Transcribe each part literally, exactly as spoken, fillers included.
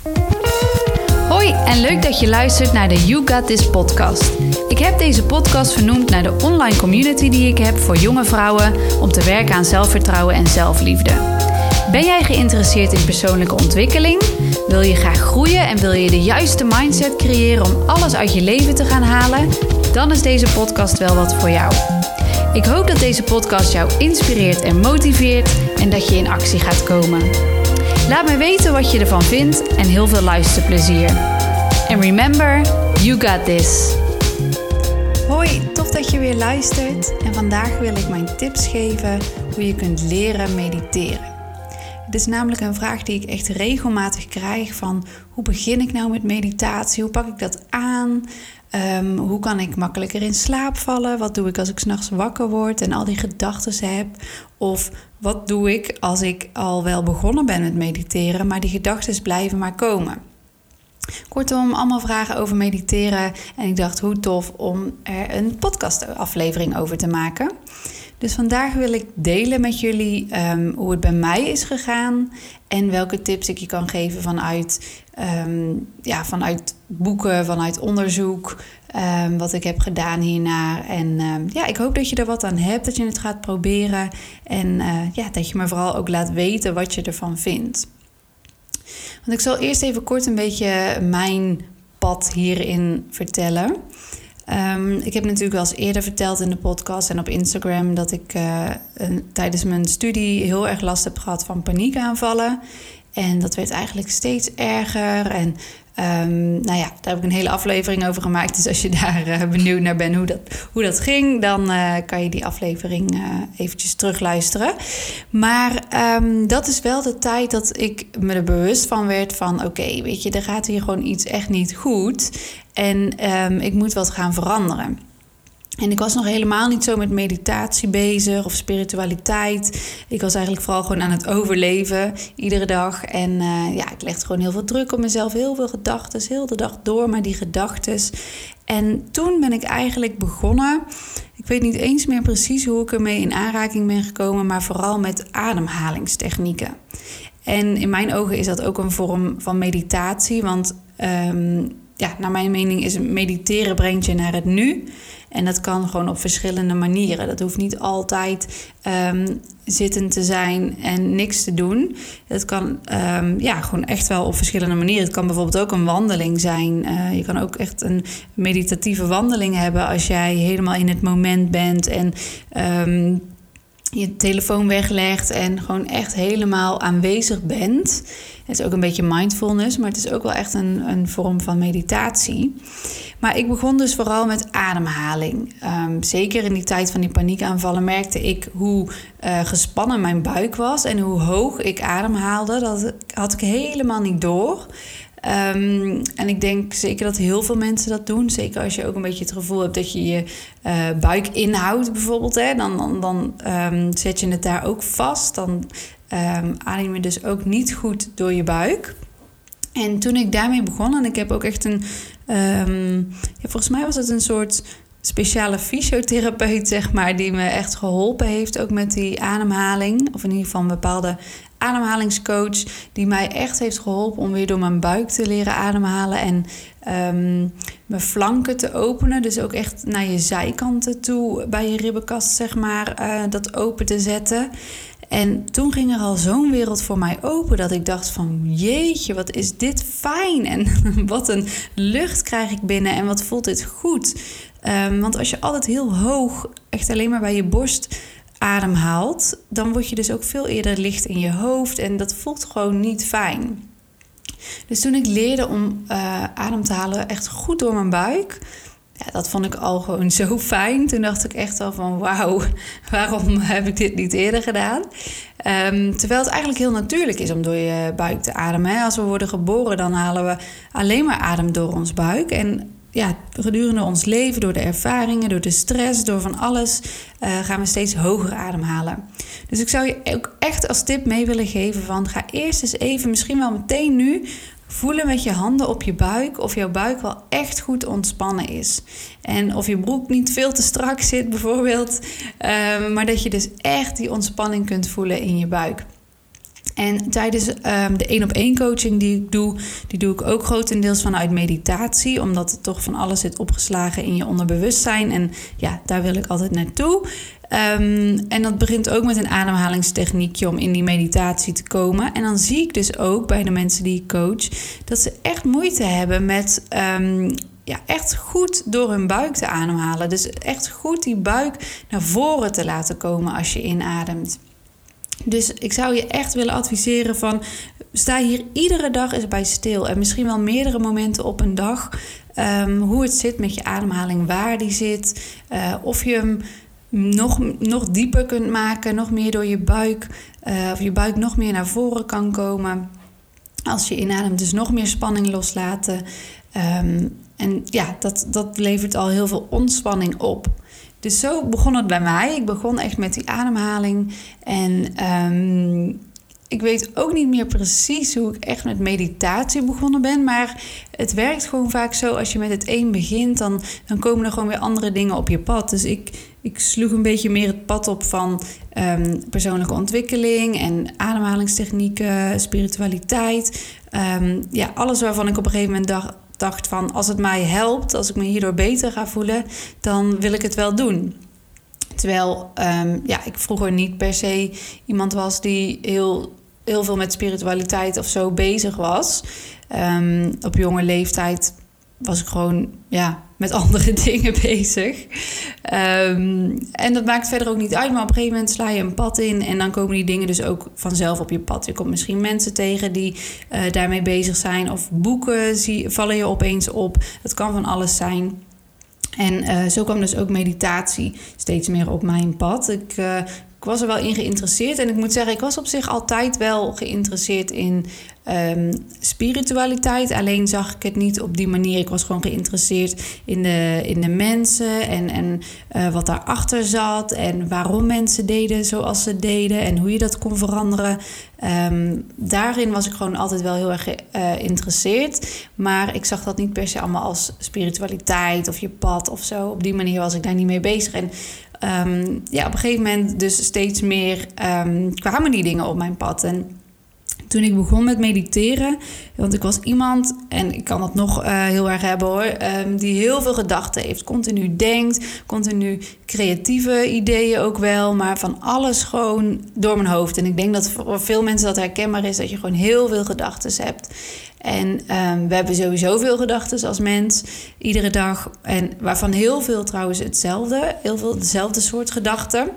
Hoi en leuk dat je luistert naar de You Got This podcast. Ik heb deze podcast vernoemd naar de online community die ik heb voor jonge vrouwen om te werken aan zelfvertrouwen en zelfliefde. Ben jij geïnteresseerd in persoonlijke ontwikkeling? Wil je graag groeien en wil je de juiste mindset creëren om alles uit je leven te gaan halen? Dan is deze podcast wel wat voor jou. Ik hoop dat deze podcast jou inspireert en motiveert en dat je in actie gaat komen. Laat me weten wat je ervan vindt en heel veel luisterplezier. En remember, you got this. Hoi, tof dat je weer luistert. En vandaag wil ik mijn tips geven hoe je kunt leren mediteren. Het is namelijk een vraag die ik echt regelmatig krijg van hoe begin ik nou met meditatie? Hoe pak ik dat aan? Um, hoe kan ik makkelijker in slaap vallen? Wat doe ik als ik 's nachts wakker word en al die gedachten heb? Of wat doe ik als ik al wel begonnen ben met mediteren, maar die gedachten blijven maar komen? Kortom, allemaal vragen over mediteren. En ik dacht, hoe tof om er een podcastaflevering over te maken. Dus vandaag wil ik delen met jullie um, hoe het bij mij is gegaan en welke tips ik je kan geven vanuit, um, ja, vanuit boeken, vanuit onderzoek, um, wat ik heb gedaan hiernaar. En um, ja, ik hoop dat je er wat aan hebt, dat je het gaat proberen en uh, ja, dat je me vooral ook laat weten wat je ervan vindt. Want ik zal eerst even kort een beetje mijn pad hierin vertellen. Um, ik heb natuurlijk wel eens eerder verteld in de podcast en op Instagram dat ik uh, een, tijdens mijn studie heel erg last heb gehad van paniekaanvallen. En dat werd eigenlijk steeds erger. En um, nou ja, daar heb ik een hele aflevering over gemaakt. Dus als je daar uh, benieuwd naar bent hoe dat, hoe dat ging, dan uh, kan je die aflevering uh, eventjes terugluisteren. Maar um, dat is wel de tijd dat ik me er bewust van werd van oké, okay, weet je, er gaat hier gewoon iets echt niet goed. En um, ik moet wat gaan veranderen. En ik was nog helemaal niet zo met meditatie bezig of spiritualiteit. Ik was eigenlijk vooral gewoon aan het overleven iedere dag. En uh, ja, ik legde gewoon heel veel druk op mezelf. Heel veel gedachten, heel de dag door, maar die gedachten. En toen ben ik eigenlijk begonnen. Ik weet niet eens meer precies hoe ik ermee in aanraking ben gekomen, maar vooral met ademhalingstechnieken. En in mijn ogen is dat ook een vorm van meditatie, want Um, ja, naar mijn mening is mediteren brengt je naar het nu. En dat kan gewoon op verschillende manieren. Dat hoeft niet altijd um, zitten te zijn en niks te doen. Dat kan um, ja, gewoon echt wel op verschillende manieren. Het kan bijvoorbeeld ook een wandeling zijn. Uh, je kan ook echt een meditatieve wandeling hebben als jij helemaal in het moment bent en Um, je telefoon weglegt en gewoon echt helemaal aanwezig bent. Het is ook een beetje mindfulness, maar het is ook wel echt een, een vorm van meditatie. Maar ik begon dus vooral met ademhaling. Um, zeker in die tijd van die paniekaanvallen merkte ik hoe uh, gespannen mijn buik was en hoe hoog ik ademhaalde. Dat had ik helemaal niet door. Um, en ik denk zeker dat heel veel mensen dat doen. Zeker als je ook een beetje het gevoel hebt dat je je uh, buik inhoudt bijvoorbeeld. Hè, dan dan, dan um, zet je het daar ook vast. Dan um, adem je dus ook niet goed door je buik. En toen ik daarmee begon, en ik heb ook echt een Um, ja, volgens mij was het een soort speciale fysiotherapeut, zeg maar, die me echt geholpen heeft ook met die ademhaling. Of in ieder geval een bepaalde ademhalingscoach die mij echt heeft geholpen om weer door mijn buik te leren ademhalen en um, mijn flanken te openen. Dus ook echt naar je zijkanten toe bij je ribbenkast, zeg maar, uh, dat open te zetten. En toen ging er al zo'n wereld voor mij open dat ik dacht van jeetje, wat is dit fijn en wat een lucht krijg ik binnen en wat voelt dit goed. Um, want als je altijd heel hoog echt alleen maar bij je borst ademhaalt, dan word je dus ook veel eerder licht in je hoofd en dat voelt gewoon niet fijn. Dus toen ik leerde om uh, adem te halen echt goed door mijn buik, ja, dat vond ik al gewoon zo fijn. Toen dacht ik echt al van wauw, waarom heb ik dit niet eerder gedaan? Um, terwijl het eigenlijk heel natuurlijk is om door je buik te ademen. Hè? Als we worden geboren, dan halen we alleen maar adem door ons buik. En ja, gedurende ons leven, door de ervaringen, door de stress, door van alles, uh, gaan we steeds hoger ademhalen. Dus ik zou je ook echt als tip mee willen geven van ga eerst eens even, misschien wel meteen nu, voelen met je handen op je buik of jouw buik wel echt goed ontspannen is. En of je broek niet veel te strak zit bijvoorbeeld. Uh, maar dat je dus echt die ontspanning kunt voelen in je buik. En tijdens um, de één-op-één coaching die ik doe, die doe ik ook grotendeels vanuit meditatie, omdat het toch van alles zit opgeslagen in je onderbewustzijn. En ja, daar wil ik altijd naartoe. Um, en dat begint ook met een ademhalingstechniekje om in die meditatie te komen. En dan zie ik dus ook bij de mensen die ik coach dat ze echt moeite hebben met um, ja, echt goed door hun buik te ademhalen. Dus echt goed die buik naar voren te laten komen als je inademt. Dus ik zou je echt willen adviseren van, sta hier iedere dag eens bij stil. En misschien wel meerdere momenten op een dag. Um, hoe het zit met je ademhaling, waar die zit. Uh, of je hem nog, nog dieper kunt maken, nog meer door je buik. Uh, of je buik nog meer naar voren kan komen. Als je inademt, dus nog meer spanning loslaten. Um, en ja, dat, dat levert al heel veel ontspanning op. Dus zo begon het bij mij. Ik begon echt met die ademhaling. En um, ik weet ook niet meer precies hoe ik echt met meditatie begonnen ben. Maar het werkt gewoon vaak zo. Als je met het een begint, dan, dan komen er gewoon weer andere dingen op je pad. Dus ik, ik sloeg een beetje meer het pad op van um, persoonlijke ontwikkeling en ademhalingstechnieken, spiritualiteit. Um, ja, alles waarvan ik op een gegeven moment dacht... dacht van, als het mij helpt, als ik me hierdoor beter ga voelen, dan wil ik het wel doen. Terwijl um, ja, ik vroeger niet per se iemand was die heel, heel veel met spiritualiteit of zo bezig was. Um, op jonge leeftijd was ik gewoon ja, met andere dingen bezig. Um, en dat maakt verder ook niet uit, maar op een gegeven moment sla je een pad in en dan komen die dingen dus ook vanzelf op je pad. Je komt misschien mensen tegen die uh, daarmee bezig zijn of boeken zie, vallen je opeens op. Het kan van alles zijn. En uh, zo kwam dus ook meditatie steeds meer op mijn pad. Ik, uh, ik was er wel in geïnteresseerd. En ik moet zeggen, ik was op zich altijd wel geïnteresseerd in um, spiritualiteit. Alleen zag ik het niet op die manier. Ik was gewoon geïnteresseerd in de, in de mensen en, en uh, wat daarachter zat. En waarom mensen deden zoals ze deden. En hoe je dat kon veranderen. Um, daarin was ik gewoon altijd wel heel erg geïnteresseerd. Uh, maar ik zag dat niet per se allemaal als spiritualiteit of je pad of zo. Op die manier was ik daar niet mee bezig. En um, ja, op een gegeven moment dus steeds meer um, kwamen die dingen op mijn pad. En toen ik begon met mediteren, want ik was iemand, en ik kan dat nog uh, heel erg hebben hoor, um, die heel veel gedachten heeft. Continu denkt, continu creatieve ideeën ook wel, maar van alles gewoon door mijn hoofd. En ik denk dat voor veel mensen dat herkenbaar is, dat je gewoon heel veel gedachten hebt. En um, we hebben sowieso veel gedachten als mens, iedere dag. En waarvan heel veel trouwens hetzelfde, heel veel dezelfde soort gedachten.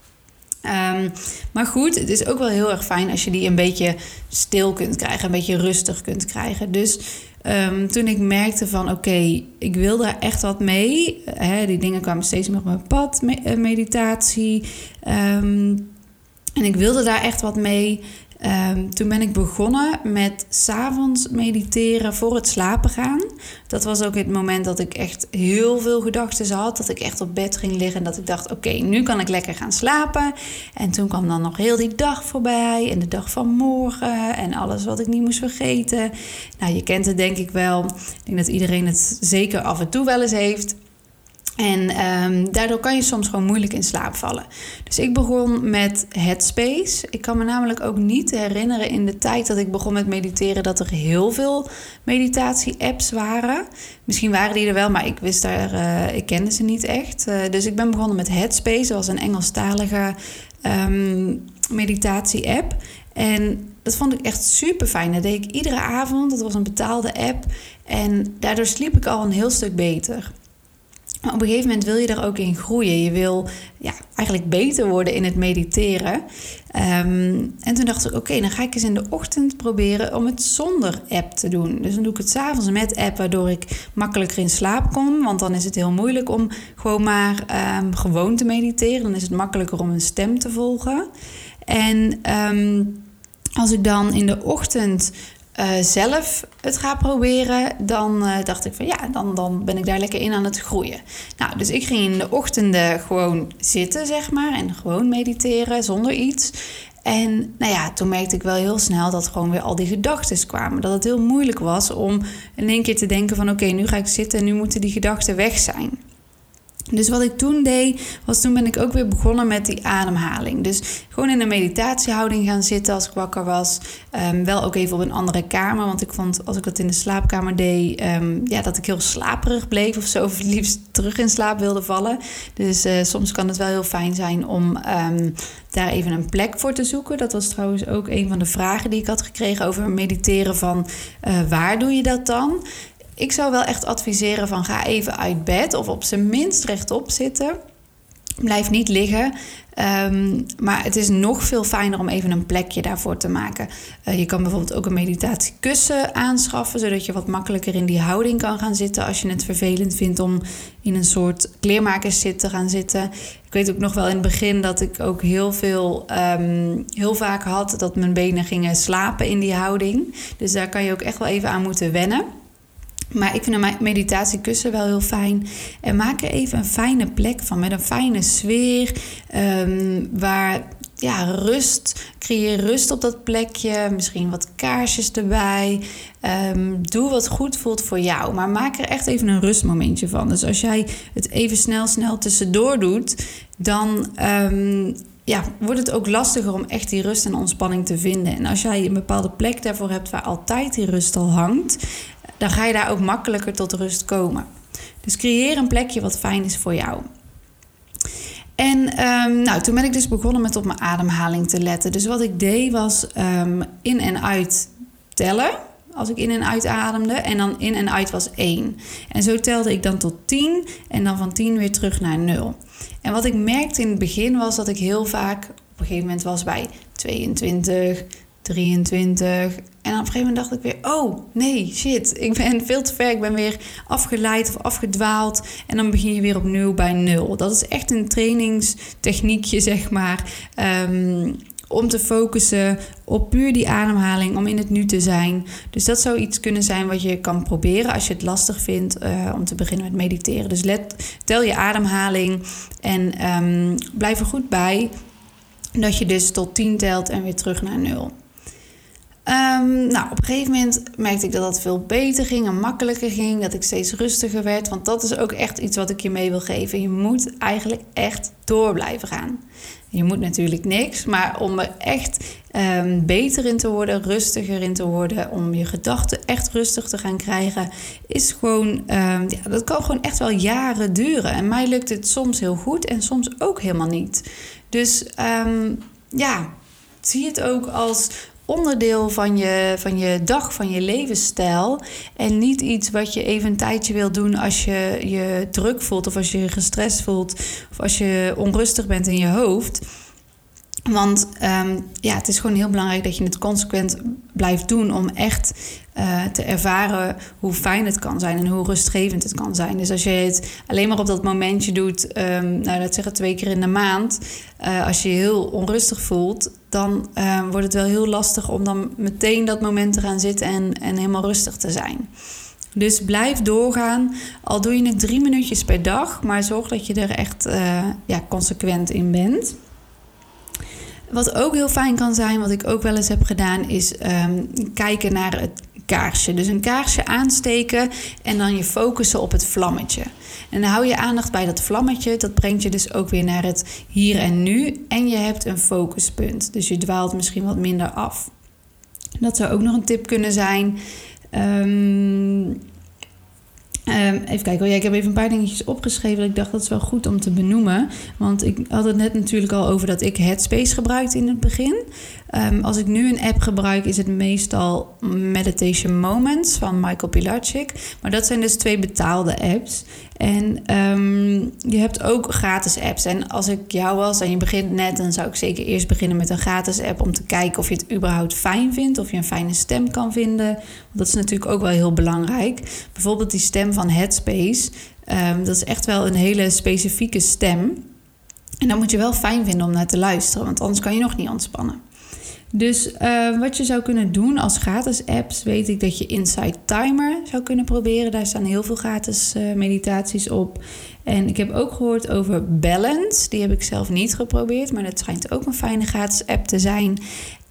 Um, maar goed, het is ook wel heel erg fijn als je die een beetje stil kunt krijgen, een beetje rustig kunt krijgen. Dus um, toen ik merkte van oké, okay, ik wil daar echt wat mee. Hè, die dingen kwamen steeds meer op mijn pad, me- meditatie. Um, en ik wilde daar echt wat mee. Um, toen ben ik begonnen met 's avonds mediteren voor het slapen gaan. Dat was ook het moment dat ik echt heel veel gedachten had. Dat ik echt op bed ging liggen en dat ik dacht, oké, okay, nu kan ik lekker gaan slapen. En toen kwam dan nog heel die dag voorbij en de dag van morgen en alles wat ik niet moest vergeten. Nou, je kent het denk ik wel. Ik denk dat iedereen het zeker af en toe wel eens heeft. En um, daardoor kan je soms gewoon moeilijk in slaap vallen. Dus ik begon met Headspace. Ik kan me namelijk ook niet herinneren in de tijd dat ik begon met mediteren dat er heel veel meditatie-apps waren. Misschien waren die er wel, maar ik wist daar, uh, ik kende ze niet echt. Uh, dus ik ben begonnen met Headspace. Dat was een Engelstalige um, meditatie-app. En dat vond ik echt super fijn. Dat deed ik iedere avond. Dat was een betaalde app. En daardoor sliep ik al een heel stuk beter. Maar op een gegeven moment wil je er ook in groeien. Je wil ja, eigenlijk beter worden in het mediteren. Um, en toen dacht ik, oké, okay, dan ga ik eens in de ochtend proberen om het zonder app te doen. Dus dan doe ik het 's avonds met app, waardoor ik makkelijker in slaap kom. Want dan is het heel moeilijk om gewoon maar um, gewoon te mediteren. Dan is het makkelijker om een stem te volgen. En um, als ik dan in de ochtend Uh, zelf het ga proberen, dan uh, dacht ik van ja, dan, dan ben ik daar lekker in aan het groeien. Nou, dus ik ging in de ochtenden gewoon zitten, zeg maar, en gewoon mediteren zonder iets. En nou ja, toen merkte ik wel heel snel dat gewoon weer al die gedachten kwamen. Dat het heel moeilijk was om in één keer te denken van oké, okay, nu ga ik zitten en nu moeten die gedachten weg zijn. Dus wat ik toen deed, was toen ben ik ook weer begonnen met die ademhaling. Dus gewoon in een meditatiehouding gaan zitten als ik wakker was. Um, wel ook even op een andere kamer, want ik vond als ik dat in de slaapkamer deed, um, ja, dat ik heel slaperig bleef of zo, of het liefst terug in slaap wilde vallen. Dus uh, soms kan het wel heel fijn zijn om um, daar even een plek voor te zoeken. Dat was trouwens ook een van de vragen die ik had gekregen over mediteren van uh, waar doe je dat dan? Ik zou wel echt adviseren van ga even uit bed of op zijn minst rechtop zitten. Blijf niet liggen. Um, maar het is nog veel fijner om even een plekje daarvoor te maken. Uh, je kan bijvoorbeeld ook een meditatiekussen aanschaffen, zodat je wat makkelijker in die houding kan gaan zitten als je het vervelend vindt om in een soort kleermakerszit te gaan zitten. Ik weet ook nog wel in het begin dat ik ook heel veel, um, heel vaak had dat mijn benen gingen slapen in die houding. Dus daar kan je ook echt wel even aan moeten wennen. Maar ik vind een meditatiekussen wel heel fijn. En maak er even een fijne plek van. Met een fijne sfeer. Um, waar ja, rust. Creëer rust op dat plekje. Misschien wat kaarsjes erbij. Um, doe wat goed voelt voor jou. Maar maak er echt even een rustmomentje van. Dus als jij het even snel snel tussendoor doet. Dan um, ja, wordt het ook lastiger om echt die rust en ontspanning te vinden. En als jij een bepaalde plek daarvoor hebt waar altijd die rust al hangt, dan ga je daar ook makkelijker tot rust komen. Dus creëer een plekje wat fijn is voor jou. En um, nou, toen ben ik dus begonnen met op mijn ademhaling te letten. Dus wat ik deed was um, in en uit tellen. Als ik in en uit ademde. En dan in en uit was één. En zo telde ik dan tot tien. En dan van tien weer terug naar nul. En wat ik merkte in het begin was dat ik heel vaak op een gegeven moment was bij tweeëntwintig, drieëntwintig. En op een gegeven moment dacht ik weer, oh nee, shit, ik ben veel te ver. Ik ben weer afgeleid of afgedwaald. En dan begin je weer opnieuw bij nul. Dat is echt een trainingstechniekje, zeg maar. Um, om te focussen op puur die ademhaling, om in het nu te zijn. Dus dat zou iets kunnen zijn wat je kan proberen als je het lastig vindt uh, om te beginnen met mediteren. Dus let, tel je ademhaling en um, blijf er goed bij dat je dus tot tien telt en weer terug naar nul. Um, nou, op een gegeven moment merkte ik dat dat veel beter ging en makkelijker ging. Dat ik steeds rustiger werd. Want dat is ook echt iets wat ik je mee wil geven. Je moet eigenlijk echt door blijven gaan. Je moet natuurlijk niks. Maar om er echt um, beter in te worden, rustiger in te worden, om je gedachten echt rustig te gaan krijgen, is gewoon, um, ja, dat kan gewoon echt wel jaren duren. En mij lukt het soms heel goed en soms ook helemaal niet. Dus um, ja, zie het ook als onderdeel van je, van je dag, van je levensstijl. En niet iets wat je even een tijdje wil doen als je je druk voelt, of als je je gestrest voelt, of als je onrustig bent in je hoofd. Want um, ja, het is gewoon heel belangrijk dat je het consequent blijft doen om echt uh, te ervaren hoe fijn het kan zijn en hoe rustgevend het kan zijn. Dus als je het alleen maar op dat momentje doet, um, nou, laat zeggen twee keer in de maand, uh, als je je heel onrustig voelt, dan uh, wordt het wel heel lastig om dan meteen dat moment te gaan zitten en, en helemaal rustig te zijn. Dus blijf doorgaan, al doe je het drie minuutjes per dag, maar zorg dat je er echt uh, ja, consequent in bent. Wat ook heel fijn kan zijn, wat ik ook wel eens heb gedaan, is um, kijken naar het kaarsje. Dus een kaarsje aansteken en dan je focussen op het vlammetje. En dan hou je aandacht bij dat vlammetje. Dat brengt je dus ook weer naar het hier en nu. En je hebt een focuspunt. Dus je dwaalt misschien wat minder af. Dat zou ook nog een tip kunnen zijn. Um, Um, even kijken, oh ja, ik heb even een paar dingetjes opgeschreven. Ik dacht dat is wel goed om te benoemen. Want ik had het net natuurlijk al over dat ik Headspace gebruikte in het begin. Um, als ik nu een app gebruik, is het meestal Meditation Moments van Michael Pilarczyk. Maar dat zijn dus twee betaalde apps. En um, je hebt ook gratis apps. En als ik jou was en je begint net, dan zou ik zeker eerst beginnen met een gratis app om te kijken of je het überhaupt fijn vindt. Of je een fijne stem kan vinden. Want dat is natuurlijk ook wel heel belangrijk. Bijvoorbeeld die stem van Headspace. Um, dat is echt wel een hele specifieke stem. En dat moet je wel fijn vinden om naar te luisteren. Want anders kan je nog niet ontspannen. Dus uh, wat je zou kunnen doen als gratis apps, weet ik dat je Insight Timer zou kunnen proberen. Daar staan heel veel gratis uh, meditaties op. En ik heb ook gehoord over Balance. Die heb ik zelf niet geprobeerd, maar dat schijnt ook een fijne gratis app te zijn.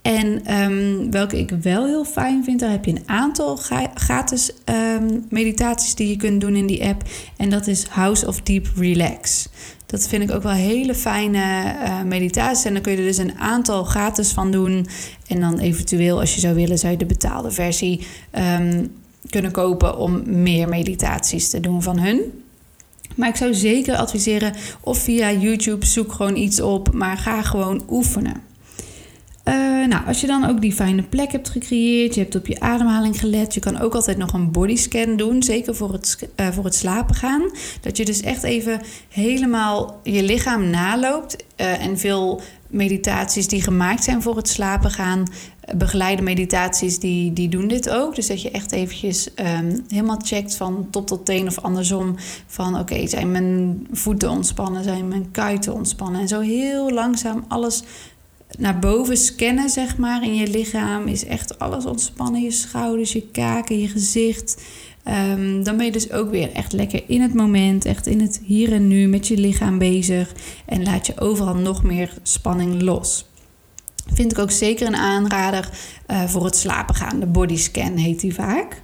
En um, welke ik wel heel fijn vind, daar heb je een aantal ga- gratis um, meditaties die je kunt doen in die app. En dat is House of Deep Relax. Dat vind ik ook wel hele fijne uh, meditaties. En dan kun je er dus een aantal gratis van doen. En dan eventueel, als je zou willen, zou je de betaalde versie um, kunnen kopen om meer meditaties te doen van hun. Maar ik zou zeker adviseren, of via YouTube, zoek gewoon iets op, maar ga gewoon oefenen. Uh, nou, als je dan ook die fijne plek hebt gecreëerd, je hebt op je ademhaling gelet, je kan ook altijd nog een bodyscan doen, zeker voor het, uh, voor het slapen gaan. Dat je dus echt even helemaal je lichaam naloopt. Uh, en veel meditaties die gemaakt zijn voor het slapen gaan, uh, begeleide meditaties, die, die doen dit ook. Dus dat je echt eventjes um, helemaal checkt van top tot teen of andersom. Van oké, okay, zijn mijn voeten ontspannen, zijn mijn kuiten ontspannen. En zo heel langzaam alles naar boven scannen, zeg maar, in je lichaam. Is echt alles ontspannen. Je schouders, je kaken, je gezicht. Um, dan ben je dus ook weer echt lekker in het moment. Echt in het hier en nu met je lichaam bezig. En laat je overal nog meer spanning los. Vind ik ook zeker een aanrader uh, voor het slapen gaan. De bodyscan heet die vaak.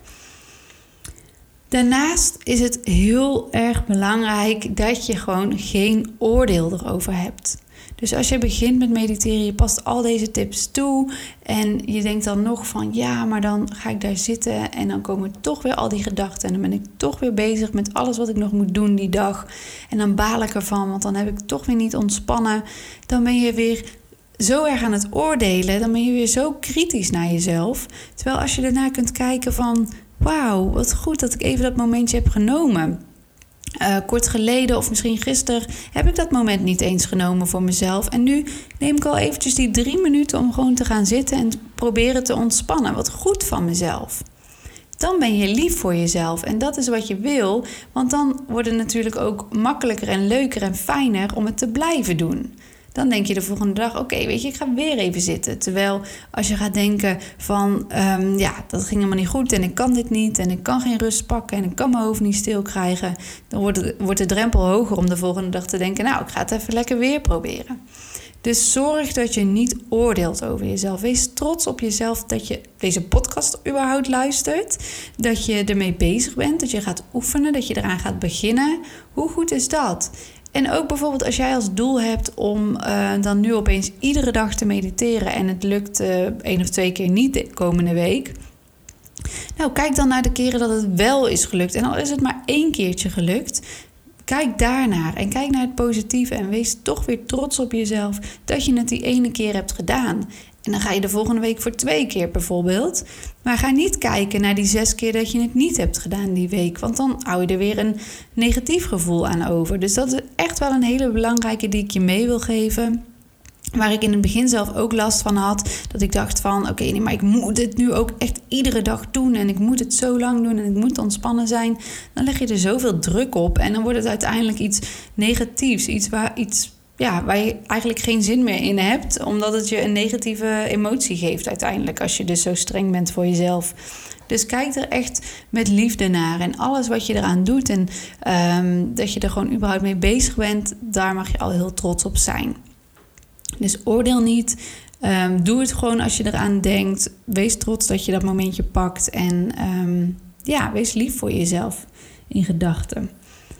Daarnaast is het heel erg belangrijk dat je gewoon geen oordeel erover hebt. Dus als je begint met mediteren, je past al deze tips toe en je denkt dan nog van ja, maar dan ga ik daar zitten en dan komen toch weer al die gedachten en dan ben ik toch weer bezig met alles wat ik nog moet doen die dag en dan baal ik ervan, want dan heb ik toch weer niet ontspannen. Dan ben je weer zo erg aan het oordelen, dan ben je weer zo kritisch naar jezelf. Terwijl als je daarna kunt kijken van wauw, wat goed dat ik even dat momentje heb genomen. Uh, kort geleden of misschien gisteren heb ik dat moment niet eens genomen voor mezelf. En nu neem ik al eventjes die drie minuten om gewoon te gaan zitten en proberen te ontspannen. Wat goed van mezelf. Dan ben je lief voor jezelf en dat is wat je wil. Want dan wordt het natuurlijk ook makkelijker en leuker en fijner om het te blijven doen. Dan denk je de volgende dag, oké, okay, weet je, ik ga weer even zitten. Terwijl als je gaat denken van, um, ja, dat ging helemaal niet goed en ik kan dit niet en ik kan geen rust pakken en ik kan mijn hoofd niet stil krijgen, dan wordt, het, wordt de drempel hoger om de volgende dag te denken, nou, ik ga het even lekker weer proberen. Dus zorg dat je niet oordeelt over jezelf. Wees trots op jezelf dat je deze podcast überhaupt luistert. Dat je ermee bezig bent, dat je gaat oefenen, dat je eraan gaat beginnen. Hoe goed is dat? En ook bijvoorbeeld als jij als doel hebt om uh, dan nu opeens iedere dag te mediteren en het lukt uh, één of twee keer niet de komende week. Nou, kijk dan naar de keren dat het wel is gelukt. En al is het maar één keertje gelukt, kijk daarnaar en kijk naar het positieve en wees toch weer trots op jezelf dat je het die ene keer hebt gedaan. En dan ga je de volgende week voor twee keer bijvoorbeeld. Maar ga niet kijken naar die zes keer dat je het niet hebt gedaan die week. Want dan hou je er weer een negatief gevoel aan over. Dus dat is echt wel een hele belangrijke die ik je mee wil geven. Waar ik in het begin zelf ook last van had. Dat ik dacht van, oké, okay, nee, maar ik moet het nu ook echt iedere dag doen. En ik moet het zo lang doen en ik moet ontspannen zijn. Dan leg je er zoveel druk op. En dan wordt het uiteindelijk iets negatiefs. Iets waar, iets, ja, waar je eigenlijk geen zin meer in hebt. Omdat het je een negatieve emotie geeft uiteindelijk. Als je dus zo streng bent voor jezelf. Dus kijk er echt met liefde naar. En alles wat je eraan doet. En um, dat je er gewoon überhaupt mee bezig bent. Daar mag je al heel trots op zijn. Dus oordeel niet. Um, doe het gewoon als je eraan denkt. Wees trots dat je dat momentje pakt. En um, ja, wees lief voor jezelf in gedachten.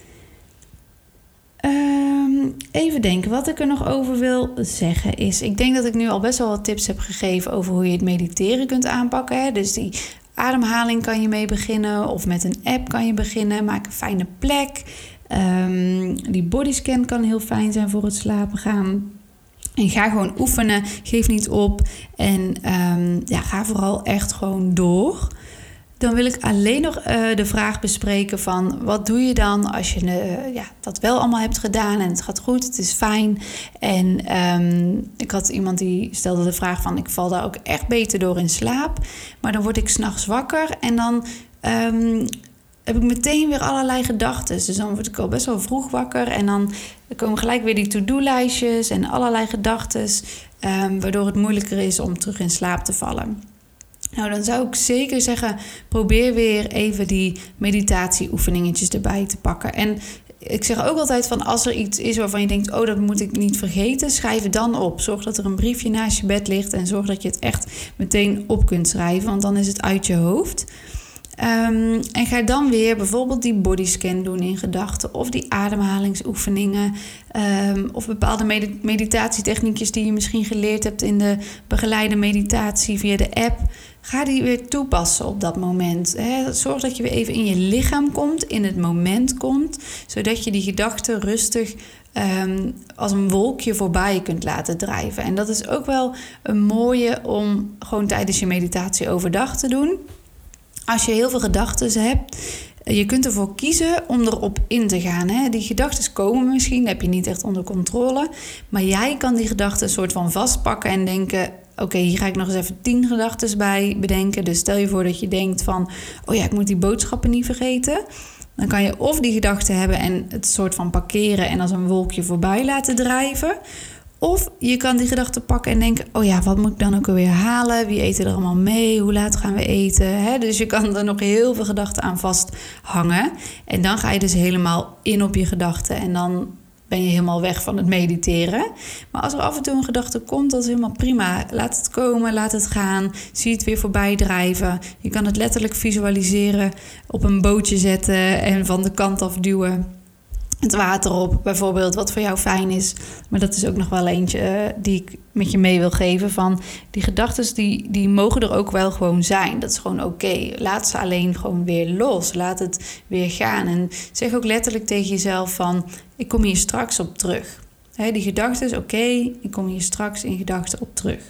Um, even denken, wat ik er nog over wil zeggen is... Ik denk dat ik nu al best wel wat tips heb gegeven over hoe je het mediteren kunt aanpakken. Hè? Dus die ademhaling kan je mee beginnen. Of met een app kan je beginnen. Maak een fijne plek. Um, die bodyscan kan heel fijn zijn voor het slapen gaan. En ga gewoon oefenen, geef niet op en um, ja, ga vooral echt gewoon door. Dan wil ik alleen nog uh, de vraag bespreken van wat doe je dan als je uh, ja, dat wel allemaal hebt gedaan en het gaat goed, het is fijn. En um, ik had iemand die stelde de vraag van ik val daar ook echt beter door in slaap. Maar dan word ik 's nachts wakker en dan... Um, heb ik meteen weer allerlei gedachten. Dus dan word ik al best wel vroeg wakker. En dan komen gelijk weer die to-do-lijstjes en allerlei gedachten. Um, waardoor het moeilijker is om terug in slaap te vallen. Nou, dan zou ik zeker zeggen, probeer weer even die meditatieoefeningetjes erbij te pakken. En ik zeg ook altijd van als er iets is waarvan je denkt, oh, dat moet ik niet vergeten, schrijf het dan op. Zorg dat er een briefje naast je bed ligt en zorg dat je het echt meteen op kunt schrijven, want dan is het uit je hoofd. Um, en ga dan weer bijvoorbeeld die bodyscan doen in gedachten of die ademhalingsoefeningen um, of bepaalde med- meditatietechniekjes die je misschien geleerd hebt in de begeleide meditatie via de app. Ga die weer toepassen op dat moment. Hè. Zorg dat je weer even in je lichaam komt, in het moment komt, zodat je die gedachten rustig um, als een wolkje voorbij je kunt laten drijven. En dat is ook wel een mooie om gewoon tijdens je meditatie overdag te doen. Als je heel veel gedachten hebt, je kunt ervoor kiezen om erop in te gaan. Hè? Die gedachten komen misschien, dat heb je niet echt onder controle. Maar jij kan die gedachten een soort van vastpakken en denken, oké, okay, hier ga ik nog eens even tien gedachten bij bedenken. Dus stel je voor dat je denkt van, oh ja, ik moet die boodschappen niet vergeten. Dan kan je of die gedachten hebben en het soort van parkeren en als een wolkje voorbij laten drijven. Of je kan die gedachten pakken en denken, oh ja, wat moet ik dan ook alweer halen? Wie eten er allemaal mee? Hoe laat gaan we eten? Hè? Dus je kan er nog heel veel gedachten aan vasthangen. En dan ga je dus helemaal in op je gedachten. En dan ben je helemaal weg van het mediteren. Maar als er af en toe een gedachte komt, dat is helemaal prima. Laat het komen, laat het gaan. Zie het weer voorbij drijven. Je kan het letterlijk visualiseren, op een bootje zetten en van de kant af duwen. Het water op, bijvoorbeeld, wat voor jou fijn is. Maar dat is ook nog wel eentje uh, die ik met je mee wil geven. Van die gedachten, die, die mogen er ook wel gewoon zijn. Dat is gewoon oké. Okay. Laat ze alleen gewoon weer los. Laat het weer gaan. En zeg ook letterlijk tegen jezelf van, ik kom hier straks op terug. He, die gedachten, oké, okay, ik kom hier straks in gedachten op terug.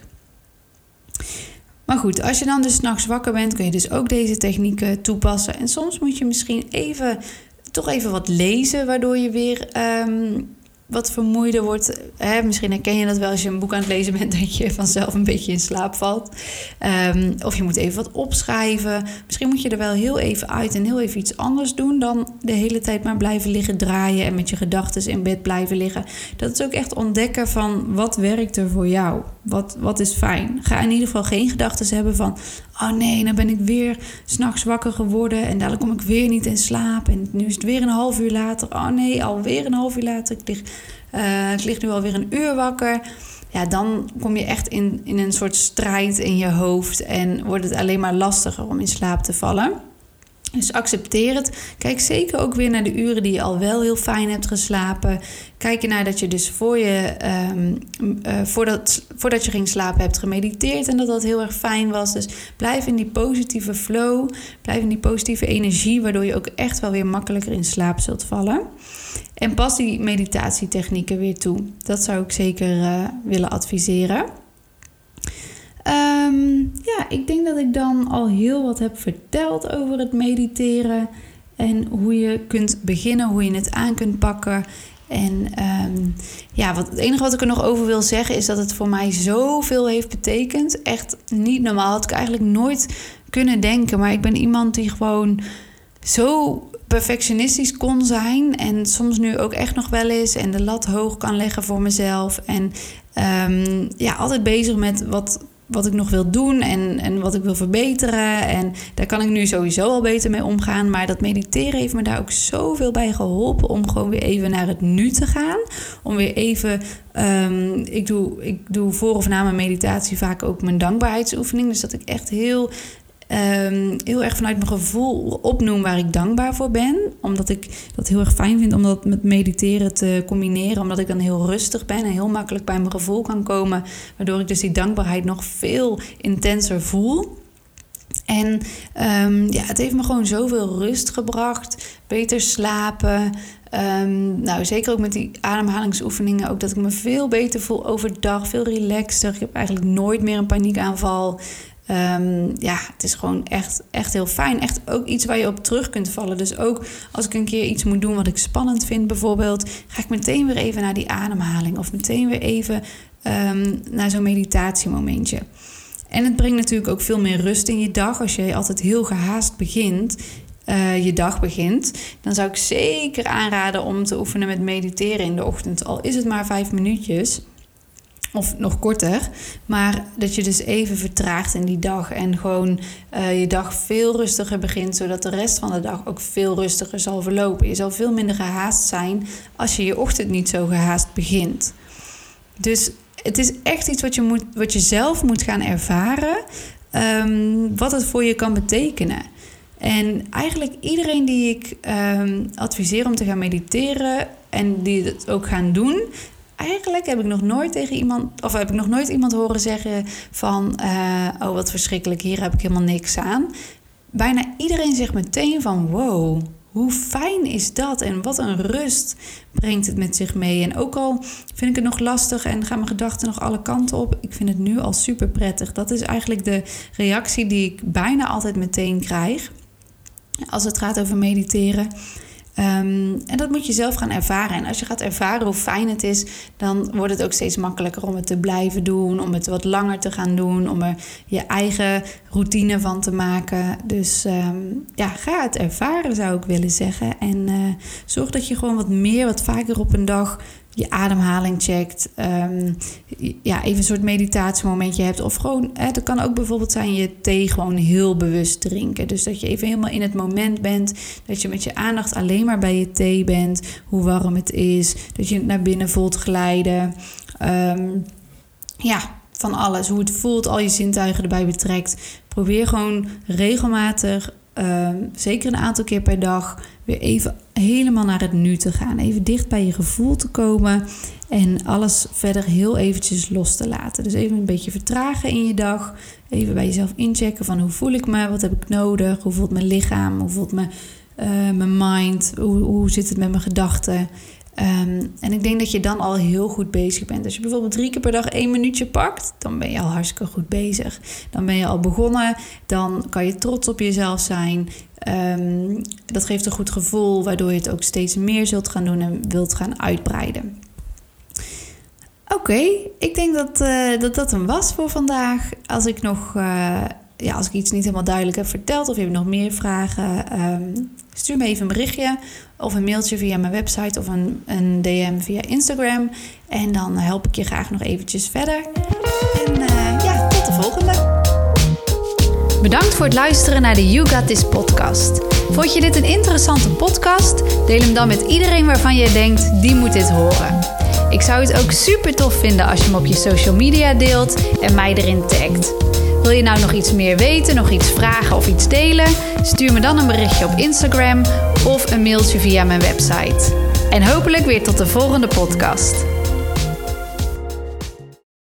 Maar goed, als je dan dus 's nachts wakker bent, kun je dus ook deze technieken toepassen. En soms moet je misschien even... toch even wat lezen, waardoor je weer um, wat vermoeider wordt. Hè, misschien herken je dat wel als je een boek aan het lezen bent, dat je vanzelf een beetje in slaap valt. Um, of je moet even wat opschrijven. Misschien moet je er wel heel even uit en heel even iets anders doen dan de hele tijd maar blijven liggen draaien en met je gedachten in bed blijven liggen. Dat is ook echt ontdekken van wat werkt er voor jou. Wat, wat is fijn. Ga in ieder geval geen gedachten hebben van, oh nee, dan ben ik weer 's nachts wakker geworden en dadelijk kom ik weer niet in slaap. En nu is het weer een half uur later. Oh nee, alweer een half uur later. Ik lig, uh, ik lig nu alweer een uur wakker. Ja, dan kom je echt in, in een soort strijd in je hoofd en wordt het alleen maar lastiger om in slaap te vallen. Dus accepteer het. Kijk zeker ook weer naar de uren die je al wel heel fijn hebt geslapen. Kijk ernaar dat je dus voor je, um, uh, voordat, voordat je ging slapen hebt gemediteerd en dat dat heel erg fijn was. Dus blijf in die positieve flow, blijf in die positieve energie, waardoor je ook echt wel weer makkelijker in slaap zult vallen. En pas die meditatietechnieken weer toe. Dat zou ik zeker uh, willen adviseren. Um, ja, ik denk dat ik dan al heel wat heb verteld over het mediteren en hoe je kunt beginnen, hoe je het aan kunt pakken. En um, ja, wat, het enige wat ik er nog over wil zeggen is dat het voor mij zoveel heeft betekend. Echt niet normaal. Had ik eigenlijk nooit kunnen denken. Maar ik ben iemand die gewoon zo perfectionistisch kon zijn en soms nu ook echt nog wel eens en de lat hoog kan leggen voor mezelf. En um, ja, altijd bezig met wat... wat ik nog wil doen en, en wat ik wil verbeteren. En daar kan ik nu sowieso al beter mee omgaan. Maar dat mediteren heeft me daar ook zoveel bij geholpen om gewoon weer even naar het nu te gaan. Om weer even... Um, ik, doe, ik doe voor of na mijn meditatie vaak ook mijn dankbaarheidsoefening. Dus dat ik echt heel... Um, heel erg vanuit mijn gevoel opnoem waar ik dankbaar voor ben. Omdat ik dat heel erg fijn vind om dat met mediteren te combineren. Omdat ik dan heel rustig ben en heel makkelijk bij mijn gevoel kan komen. Waardoor ik dus die dankbaarheid nog veel intenser voel. En um, ja, het heeft me gewoon zoveel rust gebracht. Beter slapen. Um, nou, zeker ook met die ademhalingsoefeningen. Ook dat ik me veel beter voel overdag. Veel relaxter. Ik heb eigenlijk nooit meer een paniekaanval. Um, ja, het is gewoon echt, echt heel fijn. Echt ook iets waar je op terug kunt vallen. Dus ook als ik een keer iets moet doen wat ik spannend vind bijvoorbeeld, ga ik meteen weer even naar die ademhaling. Of meteen weer even um, naar zo'n meditatiemomentje. En het brengt natuurlijk ook veel meer rust in je dag. Als je altijd heel gehaast begint, uh, je dag begint, dan zou ik zeker aanraden om te oefenen met mediteren in de ochtend. Al is het maar vijf minuutjes. Of nog korter. Maar dat je dus even vertraagt in die dag. En gewoon uh, je dag veel rustiger begint. Zodat de rest van de dag ook veel rustiger zal verlopen. Je zal veel minder gehaast zijn als je je ochtend niet zo gehaast begint. Dus het is echt iets wat je, moet, wat je zelf moet gaan ervaren. Um, wat het voor je kan betekenen. En eigenlijk iedereen die ik um, adviseer om te gaan mediteren en die het ook gaan doen, eigenlijk heb ik nog nooit tegen iemand, of heb ik nog nooit iemand horen zeggen van, uh, oh wat verschrikkelijk, hier heb ik helemaal niks aan. Bijna iedereen zegt meteen van, wow, hoe fijn is dat en wat een rust brengt het met zich mee. En ook al vind ik het nog lastig en gaan mijn gedachten nog alle kanten op, ik vind het nu al super prettig. Dat is eigenlijk de reactie die ik bijna altijd meteen krijg als het gaat over mediteren. Um, en dat moet je zelf gaan ervaren. En als je gaat ervaren hoe fijn het is, dan wordt het ook steeds makkelijker om het te blijven doen, om het wat langer te gaan doen, om er je eigen routine van te maken. Dus um, ja, ga het ervaren, zou ik willen zeggen. En uh, zorg dat je gewoon wat meer, wat vaker op een dag je ademhaling checkt. Um, ja, even een soort meditatiemomentje hebt. Of gewoon, hè, dat kan ook bijvoorbeeld zijn je thee gewoon heel bewust drinken. Dus dat je even helemaal in het moment bent. Dat je met je aandacht alleen maar bij je thee bent. Hoe warm het is. Dat je het naar binnen voelt glijden. Um, ja, van alles. Hoe het voelt, al je zintuigen erbij betrekt. Probeer gewoon regelmatig, um, zeker een aantal keer per dag, weer even helemaal naar het nu te gaan. Even dicht bij je gevoel te komen en alles verder heel eventjes los te laten. Dus even een beetje vertragen in je dag. Even bij jezelf inchecken van hoe voel ik me, wat heb ik nodig, hoe voelt mijn lichaam, hoe voelt mijn, uh, mijn mind, hoe, hoe zit het met mijn gedachten. Um, en ik denk dat je dan al heel goed bezig bent. Als je bijvoorbeeld drie keer per dag één minuutje pakt, dan ben je al hartstikke goed bezig. Dan ben je al begonnen, dan kan je trots op jezelf zijn. Um, dat geeft een goed gevoel, waardoor je het ook steeds meer zult gaan doen en wilt gaan uitbreiden. Oké, okay, ik denk dat, uh, dat dat hem was voor vandaag. Als ik nog, uh, ja, als ik iets niet helemaal duidelijk heb verteld of je hebt nog meer vragen, um, stuur me even een berichtje of een mailtje via mijn website of een, een D M via Instagram. En dan help ik je graag nog eventjes verder. En uh, ja, tot de volgende. Bedankt voor het luisteren naar de You Got This podcast. Vond je dit een interessante podcast? Deel hem dan met iedereen waarvan je denkt, die moet dit horen. Ik zou het ook super tof vinden als je hem op je social media deelt en mij erin tagt. Wil je nou nog iets meer weten, nog iets vragen of iets delen? Stuur me dan een berichtje op Instagram of een mailtje via mijn website. En hopelijk weer tot de volgende podcast.